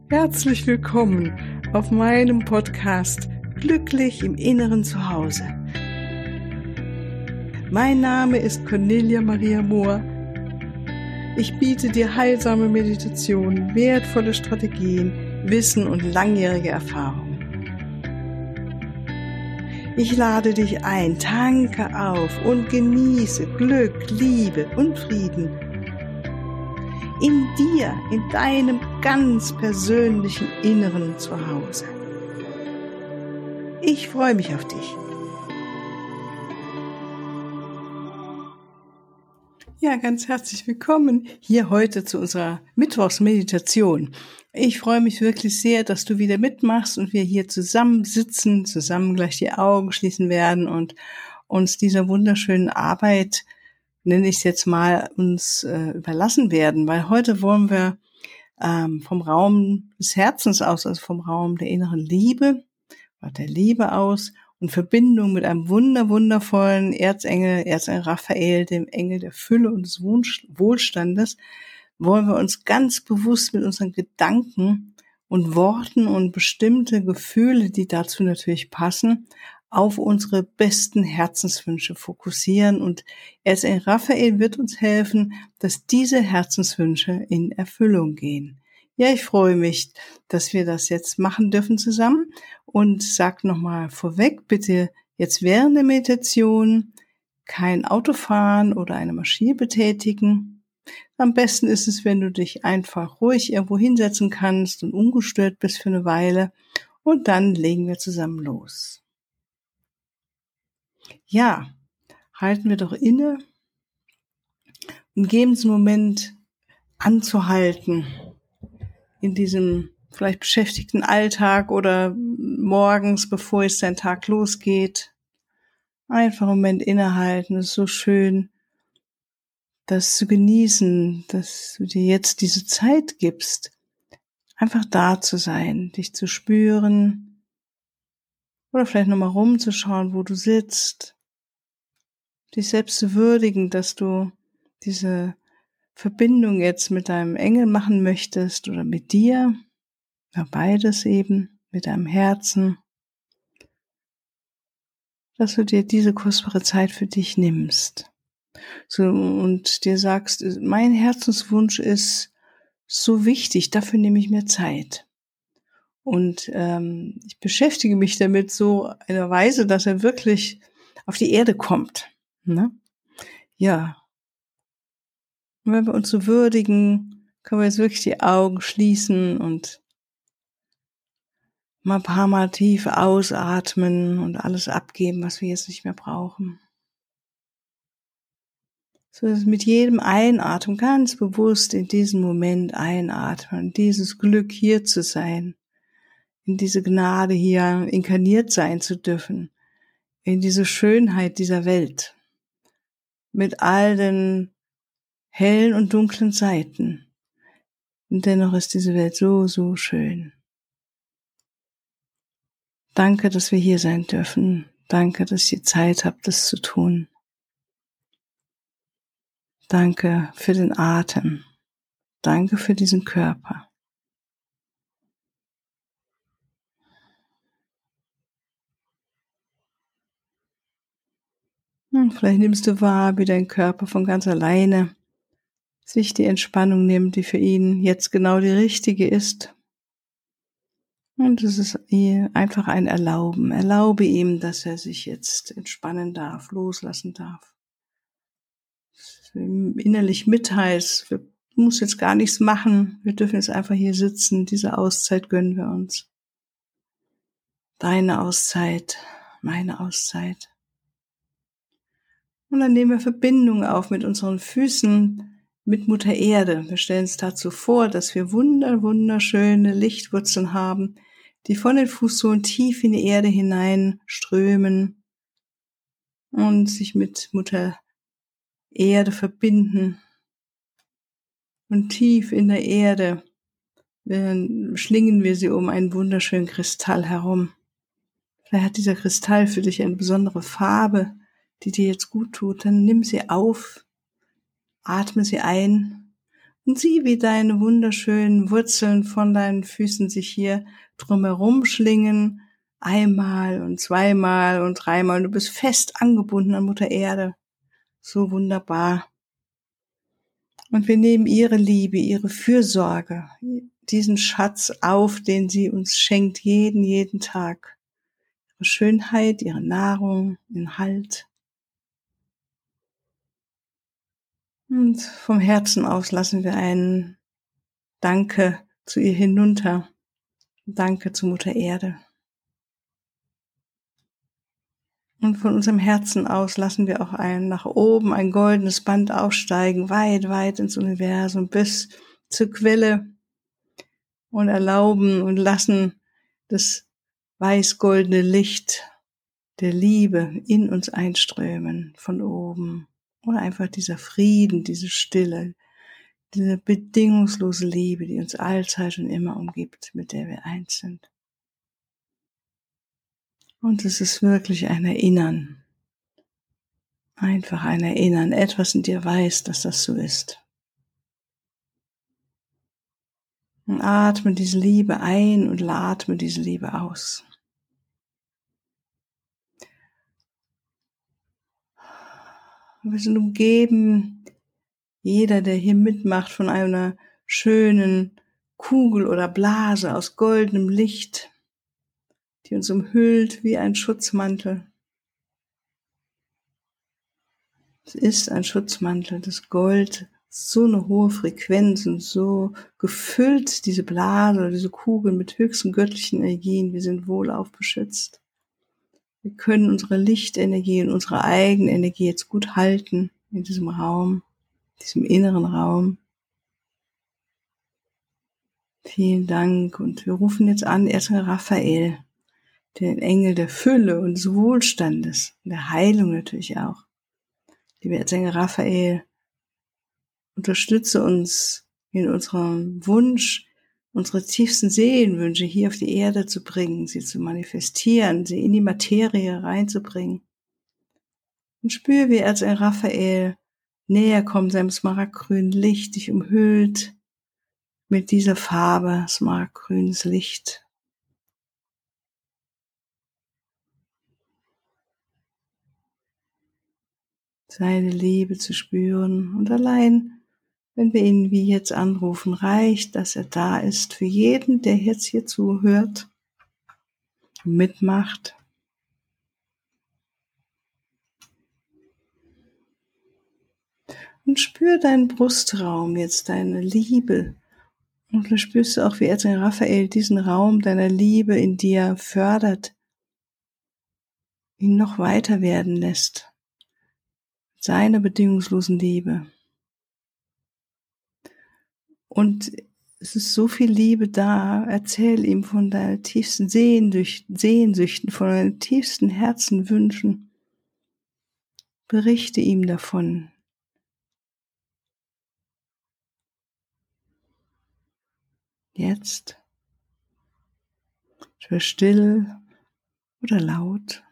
Herzlich willkommen auf meinem Podcast Glücklich im Inneren Zuhause. Mein Name ist Cornelia Maria Mohr. Ich biete dir heilsame Meditationen, wertvolle Strategien, Wissen und langjährige Erfahrung. Ich lade dich ein, tanke auf und genieße Glück, Liebe und Frieden. In dir, in deinem ganz persönlichen Inneren Zuhause. Ich freue mich auf dich. Ja, ganz herzlich willkommen hier heute zu unserer Mittwochsmeditation. Ich freue mich wirklich sehr, dass du wieder mitmachst und wir hier zusammen sitzen, zusammen gleich die Augen schließen werden und uns dieser wunderschönen Arbeit, nenne ich es jetzt mal, uns überlassen werden, weil heute wollen wir vom Raum des Herzens aus, also vom Raum der inneren Liebe, der Liebe aus und Verbindung mit einem wundervollen Erzengel Raphael, dem Engel der Fülle und des Wohlstandes, wollen wir uns ganz bewusst mit unseren Gedanken und Worten und bestimmte Gefühle, die dazu natürlich passen, auf unsere besten Herzenswünsche fokussieren, und Erzengel Raphael wird uns helfen, dass diese Herzenswünsche in Erfüllung gehen. Ja, ich freue mich, dass wir das jetzt machen dürfen zusammen, und sag nochmal vorweg, bitte jetzt während der Meditation kein Auto fahren oder eine Maschine betätigen. Am besten ist es, wenn du dich einfach ruhig irgendwo hinsetzen kannst und ungestört bist für eine Weile, und dann legen wir zusammen los. Ja, halten wir doch inne und geben es einen Moment anzuhalten in diesem vielleicht beschäftigten Alltag oder morgens, bevor es dein Tag losgeht. Einfach einen Moment innehalten. Es ist so schön, das zu genießen, dass du dir jetzt diese Zeit gibst, einfach da zu sein, dich zu spüren oder vielleicht nochmal rumzuschauen, wo du sitzt. Dich selbst zu würdigen, dass du diese Verbindung jetzt mit deinem Engel machen möchtest oder mit dir, ja, beides eben, mit deinem Herzen, dass du dir diese kostbare Zeit für dich nimmst. So, und dir sagst, mein Herzenswunsch ist so wichtig, dafür nehme ich mir Zeit. Und ich beschäftige mich damit so einer Weise, dass er wirklich auf die Erde kommt. Ne? Ja. Und wenn wir uns so würdigen, können wir jetzt wirklich die Augen schließen und mal ein paar Mal tief ausatmen und alles abgeben, was wir jetzt nicht mehr brauchen. So dass mit jedem Einatmen ganz bewusst in diesem Moment einatmen, dieses Glück hier zu sein, in diese Gnade hier inkarniert sein zu dürfen, in diese Schönheit dieser Welt, mit all den hellen und dunklen Seiten. Und dennoch ist diese Welt so, so schön. Danke, dass wir hier sein dürfen. Danke, dass ihr Zeit habt, das zu tun. Danke für den Atem. Danke für diesen Körper. Und vielleicht nimmst du wahr, wie dein Körper von ganz alleine sich die Entspannung nimmt, die für ihn jetzt genau die richtige ist. Und es ist einfach ein Erlauben. Erlaube ihm, dass er sich jetzt entspannen darf, loslassen darf. Dass du ihm innerlich mitteilst, wir müssen jetzt gar nichts machen, wir dürfen jetzt einfach hier sitzen, diese Auszeit gönnen wir uns. Deine Auszeit, meine Auszeit. Und dann nehmen wir Verbindung auf mit unseren Füßen, mit Mutter Erde. Wir stellen uns dazu vor, dass wir wunderschöne Lichtwurzeln haben, die von den Fußsohlen tief in die Erde hinein strömen und sich mit Mutter Erde verbinden. Und tief in der Erde schlingen wir sie um einen wunderschönen Kristall herum. Vielleicht hat dieser Kristall für dich eine besondere Farbe, die dir jetzt gut tut. Dann nimm sie auf, atme sie ein Und sieh, wie deine wunderschönen Wurzeln von deinen Füßen sich hier drumherum schlingen. Einmal und zweimal und dreimal. Du bist fest angebunden an Mutter Erde. So wunderbar. Und wir nehmen ihre Liebe, ihre Fürsorge, diesen Schatz auf, den sie uns schenkt, jeden Tag. Ihre Schönheit, ihre Nahrung, den Halt. Und vom Herzen aus lassen wir ein Danke zu ihr hinunter. Danke zu Mutter Erde. Und von unserem Herzen aus lassen wir auch nach oben ein goldenes Band aufsteigen, weit ins Universum, bis zur Quelle und erlauben und lassen das weiß-goldene Licht der Liebe in uns einströmen von oben. Oder einfach dieser Frieden, diese Stille, diese bedingungslose Liebe, die uns allzeit und immer umgibt, mit der wir eins sind. Und es ist wirklich ein Erinnern. Einfach ein Erinnern. Etwas in dir weiß, dass das so ist. Und atme diese Liebe ein und atme diese Liebe aus. Wir sind umgeben, jeder, der hier mitmacht, von einer schönen Kugel oder Blase aus goldenem Licht, die uns umhüllt wie ein Schutzmantel. Es ist ein Schutzmantel, das Gold, so eine hohe Frequenz und so gefüllt, diese Blase oder diese Kugel mit höchsten göttlichen Energien. Wir sind wohlauf beschützt. Wir können unsere Lichtenergie und unsere eigene Energie jetzt gut halten in diesem Raum, diesem inneren Raum. Vielen Dank. Und wir rufen jetzt an Erzengel Raphael, den Engel der Fülle und des Wohlstandes, der Heilung natürlich auch. Lieber Erzengel Raphael, unterstütze uns in unserem Wunsch, unsere tiefsten Seelenwünsche hier auf die Erde zu bringen, sie zu manifestieren, sie in die Materie reinzubringen. Und spür, wie Erzengel Raphael näher kommt, seinem smaragdgrünen Licht dich umhüllt mit dieser Farbe, smaragdgrünes Licht. Seine Liebe zu spüren und allein, wenn wir ihn wie jetzt anrufen, reicht, dass er da ist für jeden, der jetzt hier zuhört und mitmacht. Und spür deinen Brustraum jetzt, deine Liebe. Und da spürst du auch, wie Erzengel Raphael diesen Raum deiner Liebe in dir fördert, ihn noch weiter werden lässt. Seiner bedingungslosen Liebe. Und es ist so viel Liebe da. Erzähl ihm von deinen tiefsten Sehnsüchten, von deinen tiefsten Herzenwünschen. Berichte ihm davon. Jetzt. Entweder still oder laut.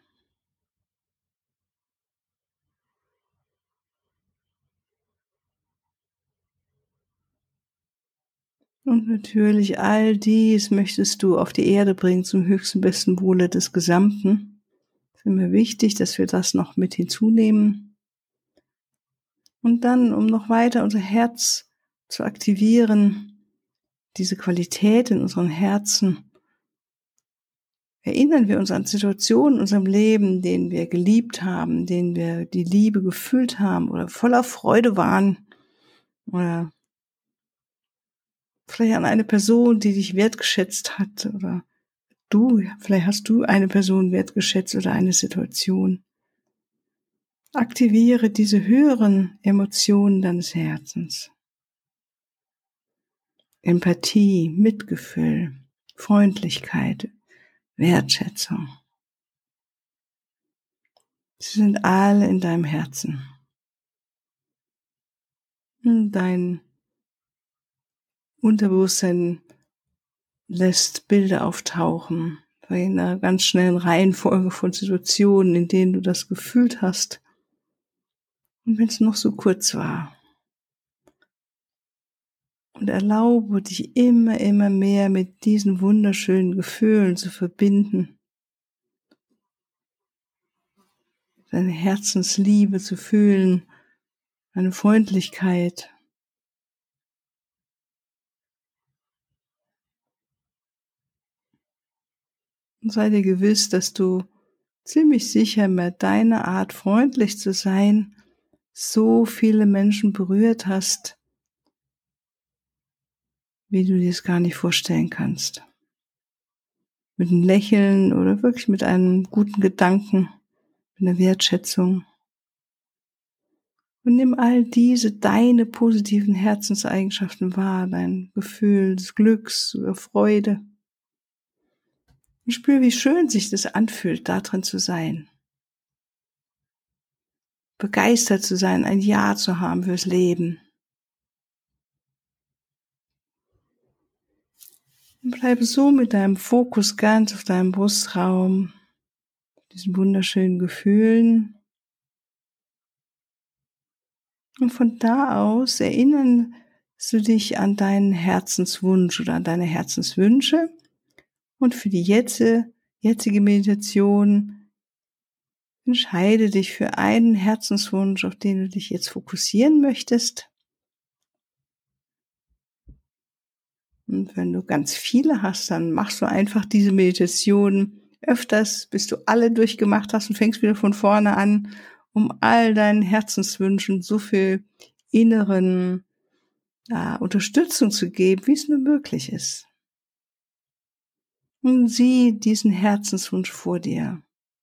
Und natürlich all dies möchtest du auf die Erde bringen zum höchsten, besten Wohle des Gesamten. Es ist mir wichtig, dass wir das noch mit hinzunehmen. Und dann, um noch weiter unser Herz zu aktivieren, diese Qualität in unseren Herzen, erinnern wir uns an Situationen in unserem Leben, in denen wir geliebt haben, in denen wir die Liebe gefühlt haben oder voller Freude waren oder vielleicht an eine Person, die dich wertgeschätzt hat oder vielleicht hast du eine Person wertgeschätzt oder eine Situation. Aktiviere diese höheren Emotionen deines Herzens. Empathie, Mitgefühl, Freundlichkeit, Wertschätzung. Sie sind alle in deinem Herzen. Dein Unterbewusstsein lässt Bilder auftauchen, in einer ganz schnellen Reihenfolge von Situationen, in denen du das gefühlt hast. Und wenn es noch so kurz war. Und erlaube dich immer mehr mit diesen wunderschönen Gefühlen zu verbinden. Deine Herzensliebe zu fühlen, deine Freundlichkeit. Und sei dir gewiss, dass du ziemlich sicher mit deiner Art, freundlich zu sein, so viele Menschen berührt hast, wie du dir es gar nicht vorstellen kannst. Mit einem Lächeln oder wirklich mit einem guten Gedanken, mit einer Wertschätzung. Und nimm all diese deine positiven Herzenseigenschaften wahr, dein Gefühl des Glücks oder Freude. Und spür, wie schön sich das anfühlt, darin zu sein. Begeistert zu sein, ein Ja zu haben fürs Leben. Und bleibe so mit deinem Fokus ganz auf deinem Brustraum, diesen wunderschönen Gefühlen. Und von da aus erinnerst du dich an deinen Herzenswunsch oder an deine Herzenswünsche. Und für die jetzige Meditation entscheide dich für einen Herzenswunsch, auf den du dich jetzt fokussieren möchtest. Und wenn du ganz viele hast, dann machst du einfach diese Meditation öfters, bis du alle durchgemacht hast und fängst wieder von vorne an, um all deinen Herzenswünschen so viel inneren Unterstützung zu geben, wie es nur möglich ist. Und sieh diesen Herzenswunsch vor dir.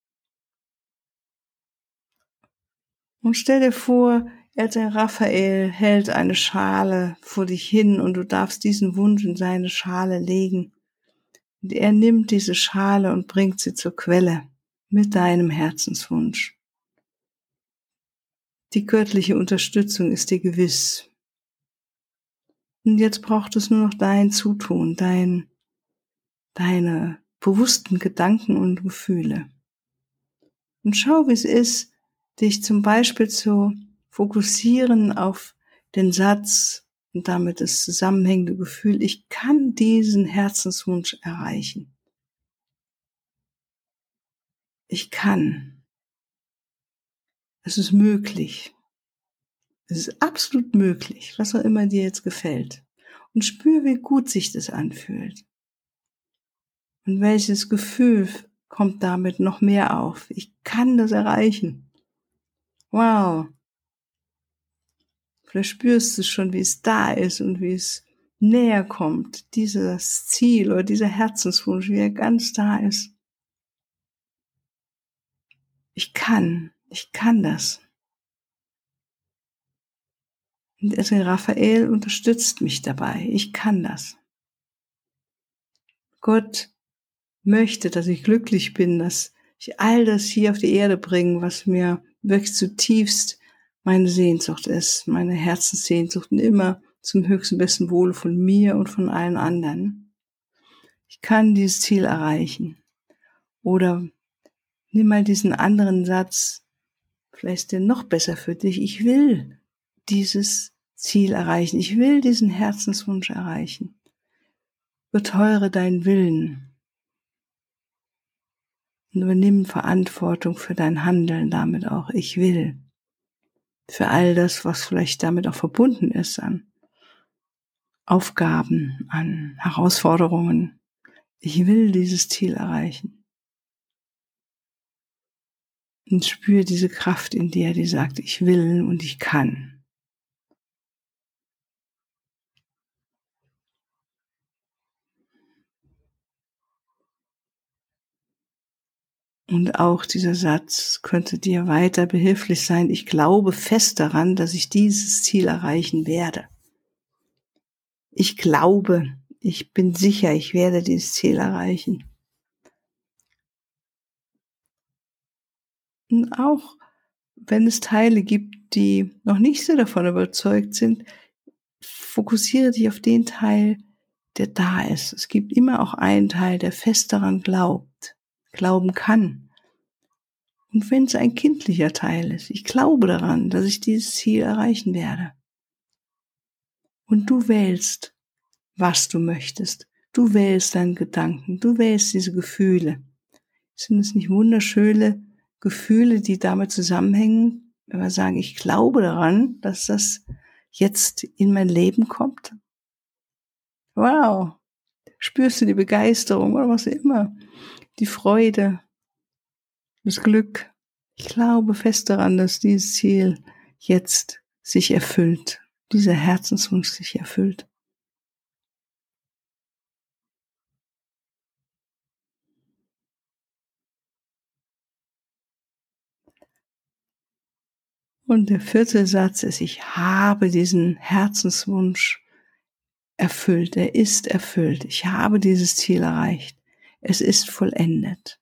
Und stell dir vor, Erzengel Raphael hält eine Schale vor dich hin und du darfst diesen Wunsch in seine Schale legen. Und er nimmt diese Schale und bringt sie zur Quelle mit deinem Herzenswunsch. Die göttliche Unterstützung ist dir gewiss. Und jetzt braucht es nur noch dein Zutun, deine bewussten Gedanken und Gefühle. Und schau, wie es ist, dich zum Beispiel zu fokussieren auf den Satz und damit das zusammenhängende Gefühl, ich kann diesen Herzenswunsch erreichen. Ich kann. Es ist möglich. Es ist absolut möglich, was auch immer dir jetzt gefällt. Und spür, wie gut sich das anfühlt. Und welches Gefühl kommt damit noch mehr auf. Ich kann das erreichen. Wow. Vielleicht spürst du schon, wie es da ist und wie es näher kommt. Dieses Ziel oder dieser Herzenswunsch, wie er ganz da ist. Ich kann das. Und Erzengel Raphael unterstützt mich dabei. Ich kann das. Gott möchte, dass ich glücklich bin, dass ich all das hier auf die Erde bringe, was mir wirklich zutiefst meine Sehnsucht ist, meine Herzenssehnsucht und immer zum höchsten besten Wohle von mir und von allen anderen. Ich kann dieses Ziel erreichen. Oder nimm mal diesen anderen Satz, vielleicht ist der noch besser für dich. Ich will dieses Ziel erreichen. Ich will diesen Herzenswunsch erreichen. Beteure deinen Willen. Und übernimm Verantwortung für dein Handeln damit auch. Ich will. Für all das, was vielleicht damit auch verbunden ist an Aufgaben, an Herausforderungen. Ich will dieses Ziel erreichen. Und spüre diese Kraft in dir, die sagt, ich will und ich kann. Und auch dieser Satz könnte dir weiter behilflich sein. Ich glaube fest daran, dass ich dieses Ziel erreichen werde. Ich glaube, ich bin sicher, ich werde dieses Ziel erreichen. Und auch wenn es Teile gibt, die noch nicht so davon überzeugt sind, fokussiere dich auf den Teil, der da ist. Es gibt immer auch einen Teil, der fest daran glauben kann. Und wenn es ein kindlicher Teil ist, ich glaube daran, dass ich dieses Ziel erreichen werde. Und du wählst, was du möchtest. Du wählst deine Gedanken, du wählst diese Gefühle. Sind es nicht wunderschöne Gefühle, die damit zusammenhängen, wenn wir sagen, ich glaube daran, dass das jetzt in mein Leben kommt? Wow! Spürst du die Begeisterung oder was immer? Die Freude, das Glück. Ich glaube fest daran, dass dieses Ziel jetzt sich erfüllt, dieser Herzenswunsch sich erfüllt. Und der vierte Satz ist, ich habe diesen Herzenswunsch erfüllt. Er ist erfüllt. Ich habe dieses Ziel erreicht. Es ist vollendet.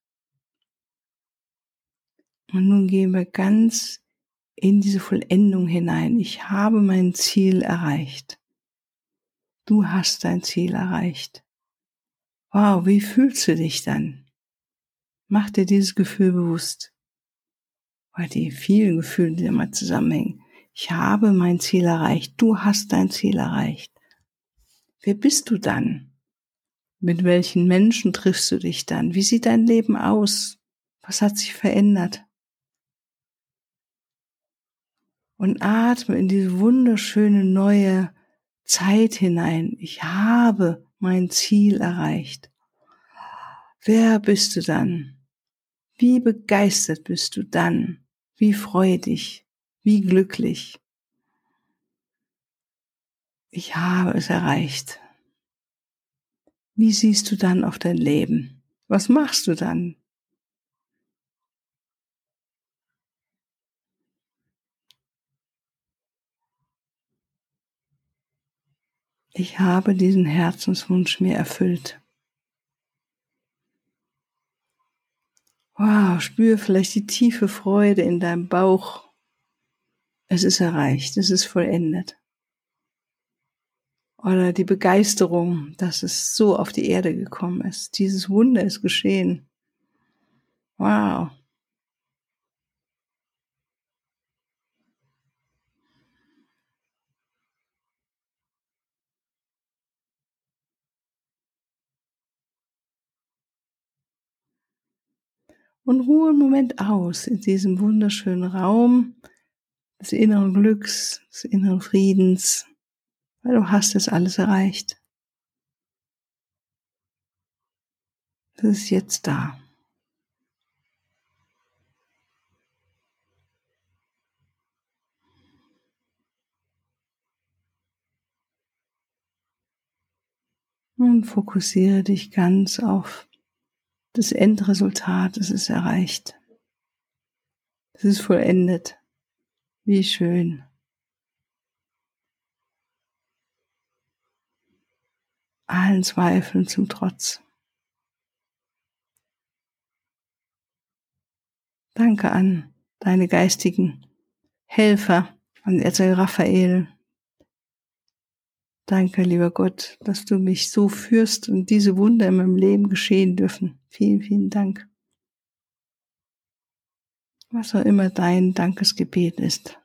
Und nun gehen wir ganz in diese Vollendung hinein. Ich habe mein Ziel erreicht. Du hast dein Ziel erreicht. Wow, wie fühlst du dich dann? Mach dir dieses Gefühl bewusst. Weil die vielen Gefühle, die immer zusammenhängen. Ich habe mein Ziel erreicht. Du hast dein Ziel erreicht. Wer bist du dann? Mit welchen Menschen triffst du dich dann? Wie sieht dein Leben aus? Was hat sich verändert? Und atme in diese wunderschöne neue Zeit hinein. Ich habe mein Ziel erreicht. Wer bist du dann? Wie begeistert bist du dann? Wie freudig? Wie glücklich? Ich habe es erreicht. Wie siehst du dann auf dein Leben? Was machst du dann? Ich habe diesen Herzenswunsch mir erfüllt. Wow, spür vielleicht die tiefe Freude in deinem Bauch. Es ist erreicht, es ist vollendet. Oder die Begeisterung, dass es so auf die Erde gekommen ist. Dieses Wunder ist geschehen. Wow. Und ruhe einen Moment aus in diesem wunderschönen Raum des inneren Glücks, des inneren Friedens, weil du hast es alles erreicht. Das ist jetzt da. Und fokussiere dich ganz auf das Endresultat. Es ist erreicht. Es ist vollendet. Wie schön. Allen Zweifeln zum Trotz. Danke an deine geistigen Helfer, an Erzengel Raphael. Danke, lieber Gott, dass du mich so führst und diese Wunder in meinem Leben geschehen dürfen. Vielen, vielen Dank. Was auch immer dein Dankesgebet ist.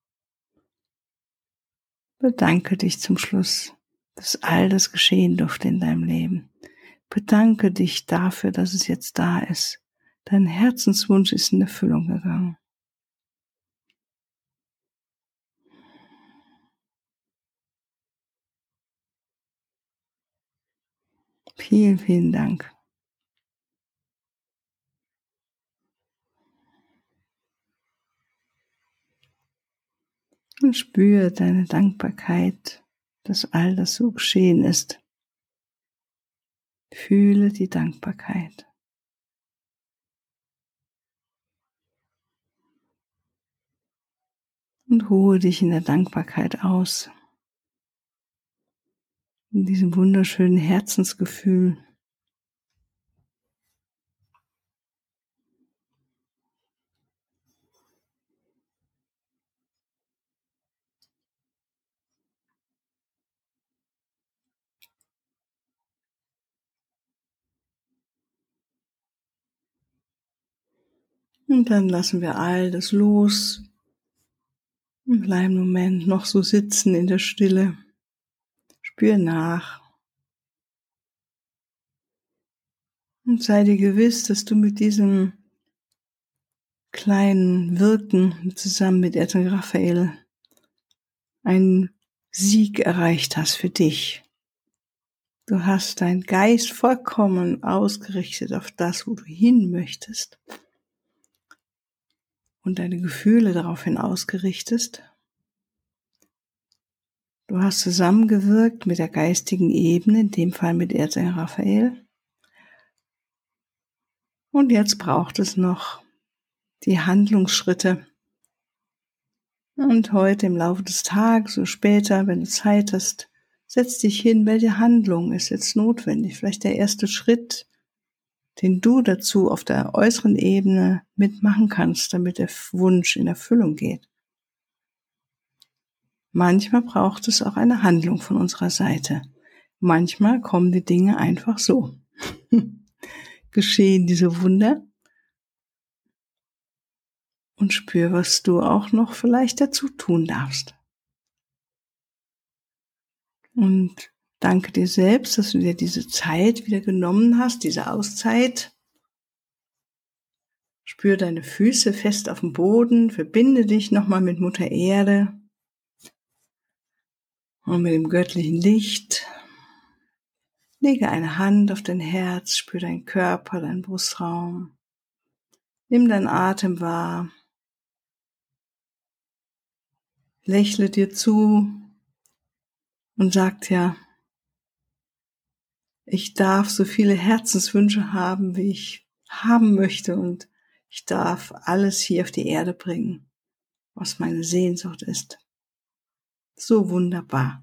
Bedanke dich zum Schluss, dass all das geschehen durfte in deinem Leben. Bedanke dich dafür, dass es jetzt da ist. Dein Herzenswunsch ist in Erfüllung gegangen. Vielen, vielen Dank. Und spüre deine Dankbarkeit, dass all das so geschehen ist. Fühle die Dankbarkeit. Und ruhe dich in der Dankbarkeit aus. In diesem wunderschönen Herzensgefühl. Und dann lassen wir all das los. Und bleiben einen Moment noch so sitzen in der Stille. Spür nach und sei dir gewiss, dass du mit diesem kleinen Wirken zusammen mit Erzengel Raphael einen Sieg erreicht hast für dich. Du hast deinen Geist vollkommen ausgerichtet auf das, wo du hin möchtest und deine Gefühle daraufhin ausgerichtet. Du hast zusammengewirkt mit der geistigen Ebene, in dem Fall mit Erzengel Raphael. Und jetzt braucht es noch die Handlungsschritte. Und heute im Laufe des Tages oder später, wenn du Zeit hast, setz dich hin, welche Handlung ist jetzt notwendig? Vielleicht der erste Schritt, den du dazu auf der äußeren Ebene mitmachen kannst, damit der Wunsch in Erfüllung geht. Manchmal braucht es auch eine Handlung von unserer Seite. Manchmal kommen die Dinge einfach so. Geschehen diese Wunder und spür, was du auch noch vielleicht dazu tun darfst. Und danke dir selbst, dass du dir diese Zeit wieder genommen hast, diese Auszeit. Spür deine Füße fest auf dem Boden, verbinde dich nochmal mit Mutter Erde und mit dem göttlichen Licht. Lege eine Hand auf dein Herz, spür deinen Körper, deinen Brustraum. Nimm deinen Atem wahr. Lächle dir zu und sag dir, ich darf so viele Herzenswünsche haben, wie ich haben möchte, und ich darf alles hier auf die Erde bringen, was meine Sehnsucht ist. So wunderbar.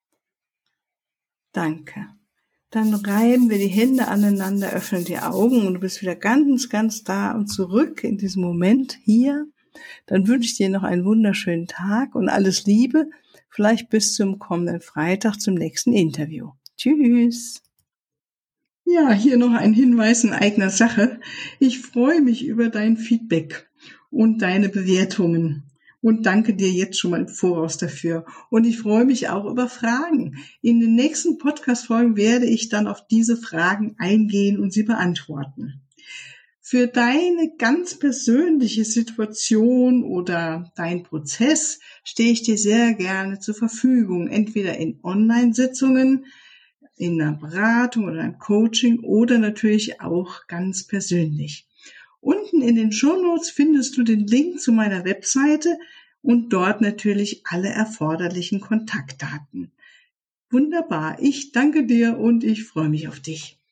Danke. Dann reiben wir die Hände aneinander, öffnen die Augen und du bist wieder ganz, ganz da und zurück in diesem Moment hier. Dann wünsche ich dir noch einen wunderschönen Tag und alles Liebe. Vielleicht bis zum kommenden Freitag zum nächsten Interview. Tschüss. Ja, hier noch ein Hinweis in eigener Sache. Ich freue mich über dein Feedback und deine Bewertungen und danke dir jetzt schon mal im Voraus dafür. Und ich freue mich auch über Fragen. In den nächsten Podcast-Folgen werde ich dann auf diese Fragen eingehen und sie beantworten. Für deine ganz persönliche Situation oder dein Prozess stehe ich dir sehr gerne zur Verfügung, entweder in Online-Sitzungen, in einer Beratung oder einem Coaching oder natürlich auch ganz persönlich. Unten in den Shownotes findest du den Link zu meiner Webseite und dort natürlich alle erforderlichen Kontaktdaten. Wunderbar, ich danke dir und ich freue mich auf dich.